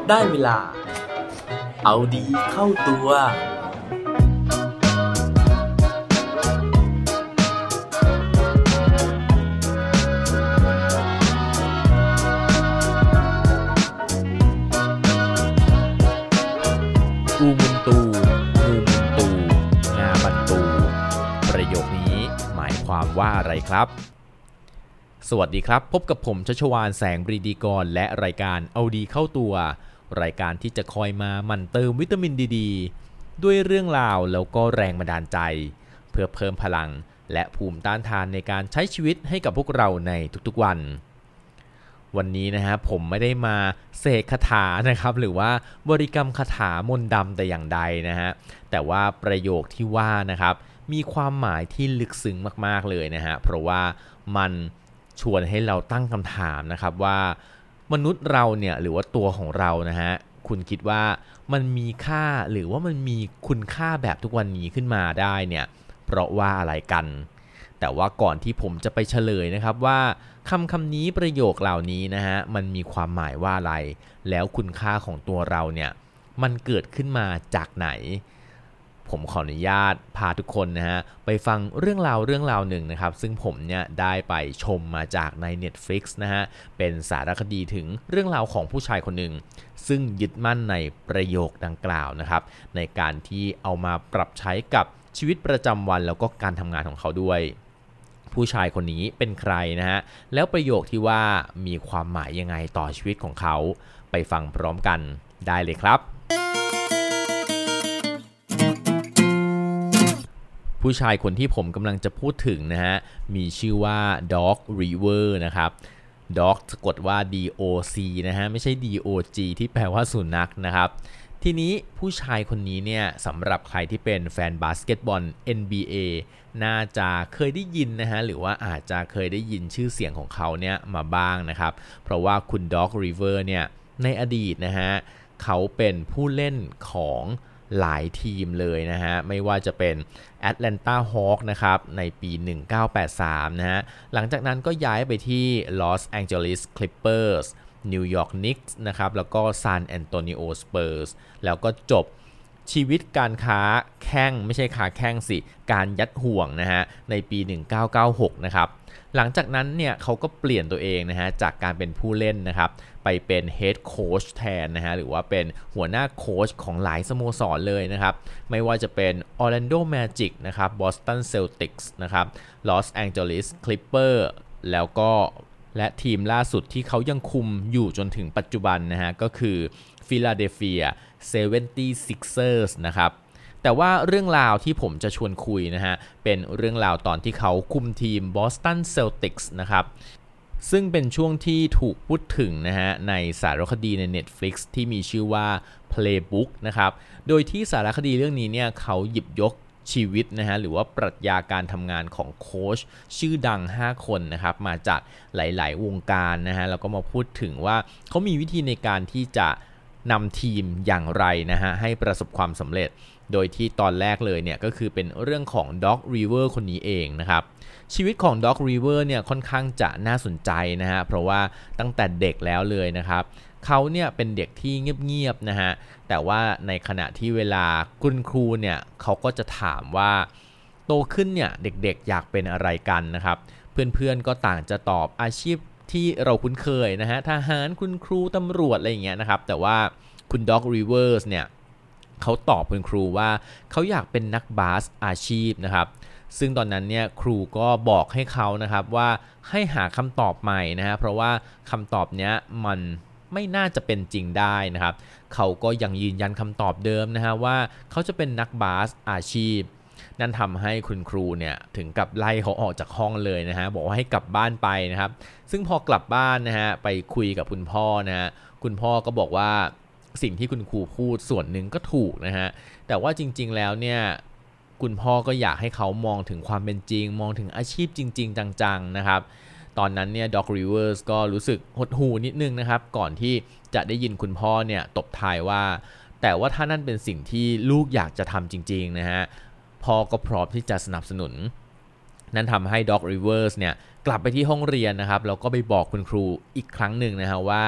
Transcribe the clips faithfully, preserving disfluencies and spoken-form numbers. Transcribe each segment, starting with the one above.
ได้เวลาเอาดีเข้าตัวอูมุนตูงูมุนตูงาบันตูประโยคนี้หมายความว่าอะไรครับสวัสดีครับพบกับผมชัชวาลแสงปรีดีกรและรายการเอาดีเข้าตัวรายการที่จะคอยมาหมั่นเติมวิตามินดีดด้วยเรื่องราวแล้วก็แรงบันดาลใจเพื่อเพิ่มพลังและภูมิต้านทานในการใช้ชีวิตให้กับพวกเราในทุกๆวันวันนี้นะฮะผมไม่ได้มาเสกคาถานะครับหรือว่าบริกรรมคาถามนต์ดำแต่อย่างใดนะฮะแต่ว่าประโยคที่ว่านะครับมีความหมายที่ลึกซึ้งมากๆเลยนะฮะเพราะว่ามันชวนให้เราตั้งคำถามนะครับว่ามนุษย์เราเนี่ยหรือว่าตัวของเรานะฮะคุณคิดว่ามันมีค่าหรือว่ามันมีคุณค่าแบบทุกวันนี้ขึ้นมาได้เนี่ยเพราะว่าอะไรกันแต่ว่าก่อนที่ผมจะไปเฉลยนะครับว่าคำคำนี้ประโยคเหล่านี้นะฮะมันมีความหมายว่าอะไรแล้วคุณค่าของตัวเราเนี่ยมันเกิดขึ้นมาจากไหนผมขออนุญาตพาทุกคนนะฮะไปฟังเรื่องราวเรื่องราวหนึ่งนะครับซึ่งผมเนี่ยได้ไปชมมาจากใน Netflix นะฮะเป็นสารคดีถึงเรื่องราวของผู้ชายคนหนึ่งซึ่งยึดมั่นในประโยคดังกล่าวนะครับในการที่เอามาปรับใช้กับชีวิตประจำวันแล้วก็การทำงานของเขาด้วยผู้ชายคนนี้เป็นใครนะฮะแล้วประโยคที่ว่ามีความหมายยังไงต่อชีวิตของเขาไปฟังพร้อมกันได้เลยครับผู้ชายคนที่ผมกำลังจะพูดถึงนะฮะมีชื่อว่า Doc River นะครับ Doc สะกดว่า D O C นะฮะไม่ใช่ D O G ที่แปลว่าสุนัขนะครับทีนี้ผู้ชายคนนี้เนี่ยสำหรับใครที่เป็นแฟนบาสเกตบอล เอ็น บี เอ น่าจะเคยได้ยินนะฮะหรือว่าอาจจะเคยได้ยินชื่อเสียงของเขาเนี่ยมาบ้างนะครับเพราะว่าคุณ Doc River เนี่ยในอดีตนะฮะเขาเป็นผู้เล่นของหลายทีมเลยนะฮะไม่ว่าจะเป็น Atlanta Hawks นะครับในปี หนึ่งเก้าแปดสามนะฮะหลังจากนั้นก็ย้ายไปที่ Los Angeles Clippers New York Knicks นะครับแล้วก็ San Antonio Spurs แล้วก็จบชีวิตการค้าแข้งไม่ใช่ค้าแข้งสิการยัดห่วงนะฮะในปี หนึ่งเก้าเก้าหกนะครับหลังจากนั้นเนี่ยเขาก็เปลี่ยนตัวเองนะฮะจากการเป็นผู้เล่นนะครับไปเป็นเฮดโค้ชแทนนะฮะหรือว่าเป็นหัวหน้าโค้ชของหลายสโมสรเลยนะครับไม่ว่าจะเป็น Orlando Magic นะครับ Boston Celtics นะครับ Los Angeles Clippers แล้วก็และทีมล่าสุดที่เขายังคุมอยู่จนถึงปัจจุบันนะฮะก็คือ Philadelphia เซเวนตี้ซิกเซอร์ส นะครับแต่ว่าเรื่องราวที่ผมจะชวนคุยนะฮะเป็นเรื่องราวตอนที่เขาคุมทีม Boston Celtics นะครับซึ่งเป็นช่วงที่ถูกพูดถึงนะฮะในสารคดีใน Netflix ที่มีชื่อว่า Playbook นะครับโดยที่สารคดีเรื่องนี้เนี่ยเขาหยิบยกชีวิตนะฮะหรือว่าปรัชญาการทำงานของโค้ชชื่อดังห้าคนนะครับมาจากหลายๆวงการนะฮะแล้วก็มาพูดถึงว่าเขามีวิธีในการที่จะนำทีมอย่างไรนะฮะให้ประสบความสำเร็จโดยที่ตอนแรกเลยเนี่ยก็คือเป็นเรื่องของ Doc River คนนี้เองนะครับชีวิตของ Doc River เนี่ยค่อนข้างจะน่าสนใจนะฮะเพราะว่าตั้งแต่เด็กแล้วเลยนะครับเขาเนี่ยเป็นเด็กที่เงียบๆนะฮะแต่ว่าในขณะที่เวลาคุณครูเนี่ยเขาก็จะถามว่าโตขึ้นเนี่ยเด็กๆอยากเป็นอะไรกันนะครับเพื่อนๆก็ต่างจะตอบอาชีพที่เราคุ้นเคยนะฮะทหารคุณครูตำรวจอะไรอย่างเงี้ยนะครับแต่ว่าคุณ Doc Rivers เนี่ยเขาตอบคุณครูว่าเขาอยากเป็นนักบาสอาชีพนะครับซึ่งตอนนั้นเนี่ยครูก็บอกให้เขานะครับว่าให้หาคำตอบใหม่นะฮะเพราะว่าคำตอบเนี้ยมันไม่น่าจะเป็นจริงได้นะครับเขาก็ยังยืนยันคำตอบเดิมนะฮะว่าเขาจะเป็นนักบาสอาชีพนั่นทำให้คุณครูเนี่ยถึงกับไล่เขาออกจากห้องเลยนะฮะบอกว่าให้กลับบ้านไปนะครับซึ่งพอกลับบ้านนะฮะไปคุยกับคุณพ่อนะฮะคุณพ่อก็บอกว่าสิ่งที่คุณครูพูดส่วนหนึ่งก็ถูกนะฮะแต่ว่าจริงๆแล้วเนี่ยคุณพ่อก็อยากให้เขามองถึงความเป็นจริงมองถึงอาชีพจริงๆจังๆนะครับตอนนั้นเนี่ย Doc Rivers ก็รู้สึกหดหู่นิดนึงนะครับก่อนที่จะได้ยินคุณพ่อเนี่ยตบท้ายว่าแต่ว่าถ้านั่นเป็นสิ่งที่ลูกอยากจะทำจริงๆนะฮะพ่อก็พร้อมที่จะสนับสนุนนั่นทำให้ Doc Rivers เนี่ยกลับไปที่ห้องเรียนนะครับแล้วก็ไปบอกคุณครูอีกครั้งหนึ่งนะฮะว่า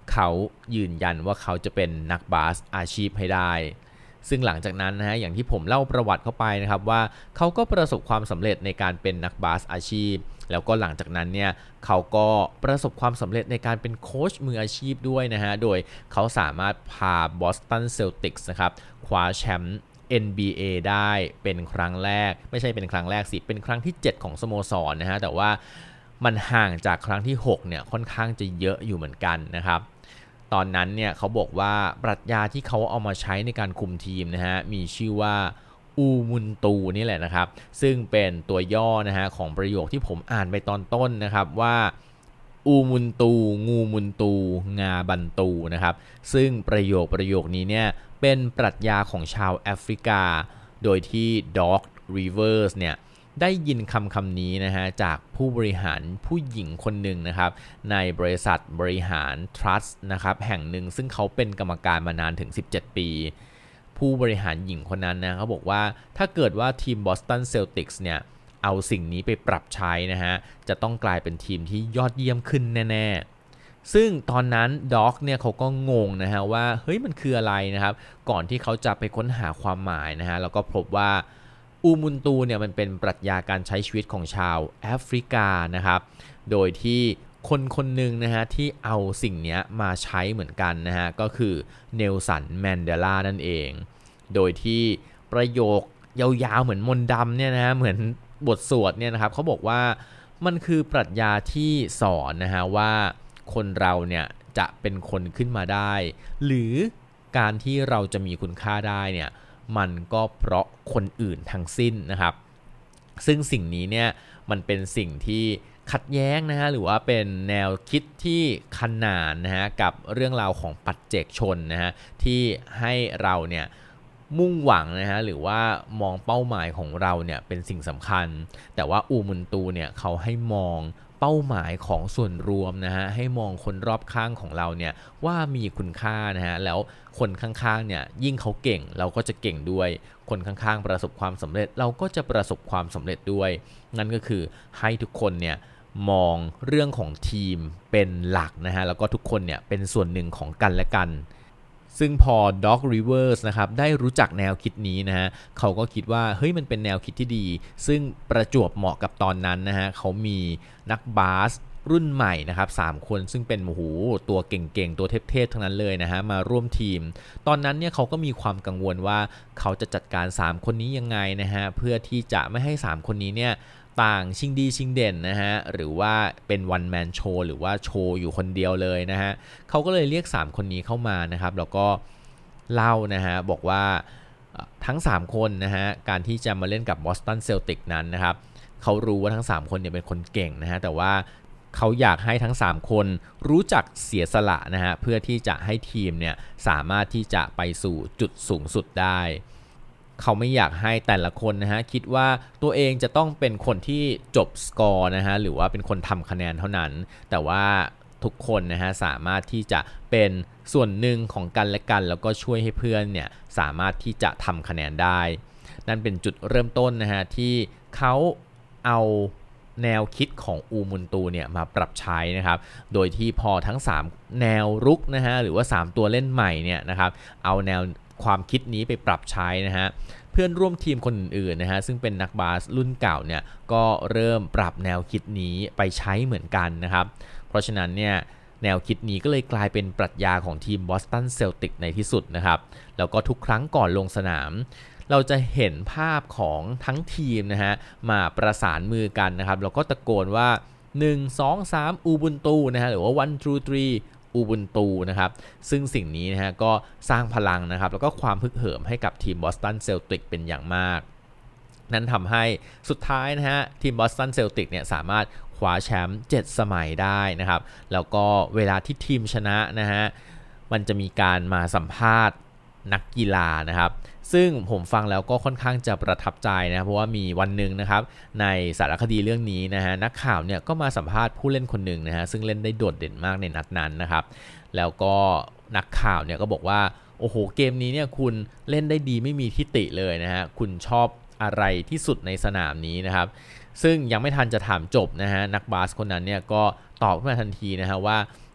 เขายืนยันว่าเขาจะเป็นนักบาสอาชีพให้ได้ซึ่งหลังจากนั้นนะฮะอย่างที่ผมเล่าประวัติเข้าไปนะครับว่าเขาก็ประสบความสำเร็จในการเป็นนักบาสอาชีพแล้วก็หลังจากนั้นเนี่ยเขาก็ประสบความสำเร็จในการเป็นโค้ชมืออาชีพด้วยนะฮะโดยเขาสามารถพา Boston Celtics นะครับคว้าแชมป์ เอ็น บี เอ ได้เป็นครั้งแรกไม่ใช่เป็นครั้งแรกสิเป็นครั้งที่เจ็ดของสโมสรนะฮะแต่ว่ามันห่างจากครั้งที่หกเนี่ยค่อนข้างจะเยอะอยู่เหมือนกันนะครับตอนนั้นเนี่ยเขาบอกว่าปรัชญาที่เขาเอามาใช้ในการคุมทีมนะฮะมีชื่อว่าอูมุนตูนี่แหละนะครับซึ่งเป็นตัวย่อนะฮะของประโยคที่ผมอ่านไปตอนต้นนะครับว่าอูมุนตูงูมุนตูงาบันตูนะครับซึ่งประโยคประโยคนี้เนี่ยเป็นปรัชญาของชาวแอฟริกาโดยที่ด็อกรีเวอร์สเนี่ยได้ยินคำคำนี้นะฮะจากผู้บริหารผู้หญิงคนหนึ่งนะครับในบริษัทบริหารทรัสต์นะครับแห่งหนึ่งซึ่งเขาเป็นกรรมการมานานถึงสิบเจ็ดปีผู้บริหารหญิงคนนั้นนะเขาบอกว่าถ้าเกิดว่าทีม Boston Celtics เนี่ยเอาสิ่งนี้ไปปรับใช้นะฮะจะต้องกลายเป็นทีมที่ยอดเยี่ยมขึ้นแน่ๆซึ่งตอนนั้นด็อกเนี่ยเขาก็งงนะฮะว่าเฮ้ยมันคืออะไรนะครับก่อนที่เขาจะไปค้นหาความหมายนะฮะแล้วก็พบว่าอูมุนตูเนี่ยมันเป็นปรัชญาการใช้ชีวิตของชาวแอฟริกานะครับโดยที่คนคนหนึ่งนะฮะที่เอาสิ่งนี้มาใช้เหมือนกันนะฮะก็คือเนลสันแมนเดลานั่นเองโดยที่ประโยคยาวๆเหมือนมนต์ดำเนี่ยนะฮะเหมือนบทสวดเนี่ยนะครับเขาบอกว่ามันคือปรัชญาที่สอนนะฮะว่าคนเราเนี่ยจะเป็นคนขึ้นมาได้หรือการที่เราจะมีคุณค่าได้เนี่ยมันก็เพราะคนอื่นทั้งสิ้นนะครับซึ่งสิ่งนี้เนี่ยมันเป็นสิ่งที่ขัดแย้งนะฮะหรือว่าเป็นแนวคิดที่ขนานนะฮะกับเรื่องราวของปัจเจกชนนะฮะที่ให้เราเนี่ยมุ่งหวังนะฮะหรือว่ามองเป้าหมายของเราเนี่ยเป็นสิ่งสำคัญแต่ว่าอูมุนตูเนี่ยเขาให้มองเป้าหมายของส่วนรวมนะฮะให้มองคนรอบข้างของเราเนี่ยว่ามีคุณค่านะฮะแล้วคนข้างๆเนี่ยยิ่งเขาเก่งเราก็จะเก่งด้วยคนข้างๆประสบความสำเร็จเราก็จะประสบความสำเร็จด้วยนั่นก็คือให้ทุกคนเนี่ยมองเรื่องของทีมเป็นหลักนะฮะแล้วก็ทุกคนเนี่ยเป็นส่วนหนึ่งของกันและกันซึ่งพอ Doc Rivers นะครับได้รู้จักแนวคิดนี้นะฮะเขาก็คิดว่าเฮ้ยมันเป็นแนวคิดที่ดีซึ่งประจวบเหมาะกับตอนนั้นนะฮะเขามีนักบาสรุ่นใหม่นะครับสามคนซึ่งเป็นโอ้โหตัวเก่งๆตัวเทพๆทั้งนั้นเลยนะฮะมาร่วมทีมตอนนั้นเนี่ยเขาก็มีความกังวลว่าเขาจะจัดการสามคนนี้ยังไงนะฮะเพื่อที่จะไม่ให้สามคนนี้เนี่ยต่างชิงดีชิงเด่นนะฮะหรือว่าเป็นวันแมนโชว์หรือว่าโชว์อยู่คนเดียวเลยนะฮะเขาก็เลยเรียกสามคนนี้เข้ามานะครับแล้วก็เล่านะฮะบอกว่าทั้งสามคนนะฮะการที่จะมาเล่นกับ Boston Celtics นั้นนะครับเขารู้ว่าทั้งสามคนเนี่ยเป็นคนเก่งนะฮะแต่ว่าเขาอยากให้ทั้งสามคนรู้จักเสียสละนะฮะเพื่อที่จะให้ทีมเนี่ยสามารถที่จะไปสู่จุดสูงสุดได้เขาไม่อยากให้แต่ละคนนะฮะคิดว่าตัวเองจะต้องเป็นคนที่จบสกอร์นะฮะหรือว่าเป็นคนทำคะแนนเท่านั้นแต่ว่าทุกคนนะฮะสามารถที่จะเป็นส่วนหนึ่งของกันและกันแล้วก็ช่วยให้เพื่อนเนี่ยสามารถที่จะทำคะแนนได้นั่นเป็นจุดเริ่มต้นนะฮะที่เขาเอาแนวคิดของอูมุนตูเนี่ยมาปรับใช้นะครับโดยที่พอทั้งสามแนวรุกนะฮะหรือว่าสามตัวเล่นใหม่เนี่ยนะครับเอาแนวความคิดนี้ไปปรับใช้นะฮะเพื่อนร่วมทีมคนอื่นๆนะฮะซึ่งเป็นนักบาสรุ่นเก่าเนี่ยก็เริ่มปรับแนวคิดนี้ไปใช้เหมือนกันนะครับเพราะฉะนั้นเนี่ยแนวคิดนี้ก็เลยกลายเป็นปรัชญาของทีม Boston Celtics ในที่สุดนะครับแล้วก็ทุกครั้งก่อนลงสนามเราจะเห็นภาพของทั้งทีมนะฮะมาประสานมือกันนะครับแล้วก็ตะโกนว่าหนึ่ง สอง สามอูบุนตูนะฮะหรือว่าone two threeอูบุนตูนะครับซึ่งสิ่งนี้นะฮะก็สร้างพลังนะครับแล้วก็ความฮึกเหิมให้กับทีม Boston Celtics เป็นอย่างมากนั้นทำให้สุดท้ายนะฮะทีม Boston Celtics เนี่ยสามารถคว้าแชมป์เจ็ดสมัยได้นะครับแล้วก็เวลาที่ทีมชนะนะฮะมันจะมีการมาสัมภาษณ์นักกีฬานะครับซึ่งผมฟังแล้วก็ค่อนข้างจะประทับใจนะเพราะว่ามีวันหนึ่งนะครับในสารคดีเรื่องนี้นะฮะนักข่าวเนี่ยก็มาสัมภาษณ์ผู้เล่นคนหนึ่งนะฮะซึ่งเล่นได้โดดเด่นมากในนัดนั้นนะครับแล้วก็นักข่าวเนี่ยก็บอกว่าโอ้โหเกมนี้เนี่ยคุณเล่นได้ดีไม่มีทิฐิเลยนะฮะคุณชอบอะไรที่สุดในสนามนี้นะครับซึ่งยังไม่ทันจะถามจบนะฮะนักบาสคนนั้นเนี่ยก็ตอบขึ้นมาทันทีนะฮะว่า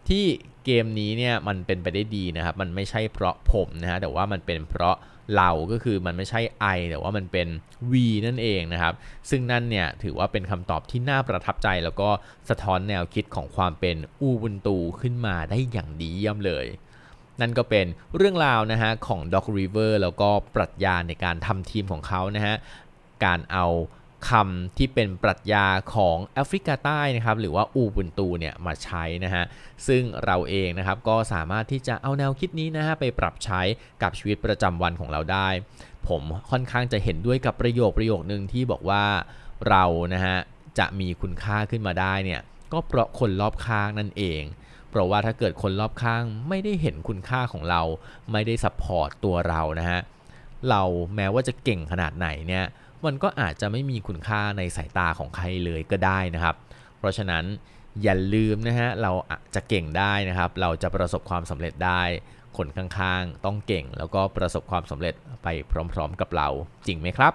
ที่เกมนี้เนี่ยมันเป็นไปได้ดีนะครับมันไม่ใช่เพราะผมนะฮะแต่ว่ามันเป็นเพราะเราก็คือมันไม่ใช่ I แต่ว่ามันเป็น we นั่นเองนะครับซึ่งนั่นเนี่ยถือว่าเป็นคำตอบที่น่าประทับใจแล้วก็สะท้อนแนวคิดของความเป็น Ubuntu ขึ้นมาได้อย่างดีเยี่ยมเลยนั่นก็เป็นเรื่องราวนะฮะของ Doc River แล้วก็ปรัชญาในการทำทีมของเขานะฮะการเอาคำที่เป็นปรัชญาของแอฟริกาใต้นะครับหรือว่า Ubuntu เนี่ยมาใช้นะฮะซึ่งเราเองนะครับก็สามารถที่จะเอาแนวคิดนี้นะฮะไปปรับใช้กับชีวิตประจำวันของเราได้ผมค่อนข้างจะเห็นด้วยกับประโยคประโยคนึงที่บอกว่าเรานะฮะจะมีคุณค่าขึ้นมาได้เนี่ยก็เพราะคนรอบข้างนั่นเองเพราะว่าถ้าเกิดคนรอบข้างไม่ได้เห็นคุณค่าของเราไม่ได้ซัพพอร์ตตัวเรานะฮะเราแม้ว่าจะเก่งขนาดไหนเนี่ยมันก็อาจจะไม่มีคุณค่าในสายตาของใครเลยก็ได้นะครับเพราะฉะนั้นอย่าลืมนะฮะเราจะเก่งได้นะครับเราจะประสบความสำเร็จได้คนข้างๆต้องเก่งแล้วก็ประสบความสำเร็จไปพร้อมๆกับเราจริงไหมครับ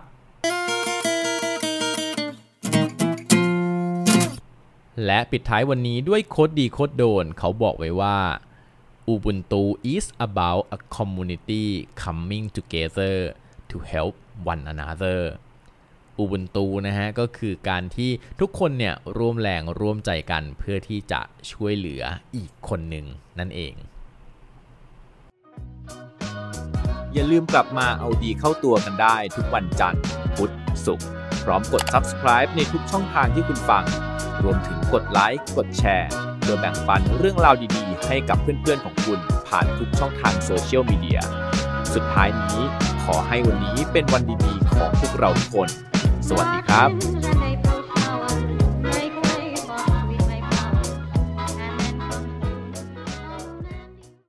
และปิดท้ายวันนี้ด้วยโค้ดดีโค้ดโดนเขาบอกไว้ว่า Ubuntu is about a community coming together to help one another Ubuntu นะฮะก็คือการที่ทุกคนเนี่ยร่วมแรงร่วมใจกันเพื่อที่จะช่วยเหลืออีกคนหนึ่งนั่นเองอย่าลืมกลับมาเอาดีเข้าตัวกันได้ทุกวันจันทร์พุธศุกร์พร้อมกด ซับสไครบ์ ในทุกช่องทางที่คุณฟังรวมถึงกดไลค์กดแชร์เพื่อแบ่งปันเรื่องราวดีๆให้กับเพื่อนๆของคุณผ่านทุกช่องทางโซเชียลมีเดียสุดท้ายนี้ขอให้วันนี้เป็นวันดีๆของพวกเราทุกคนสวัสดีครับ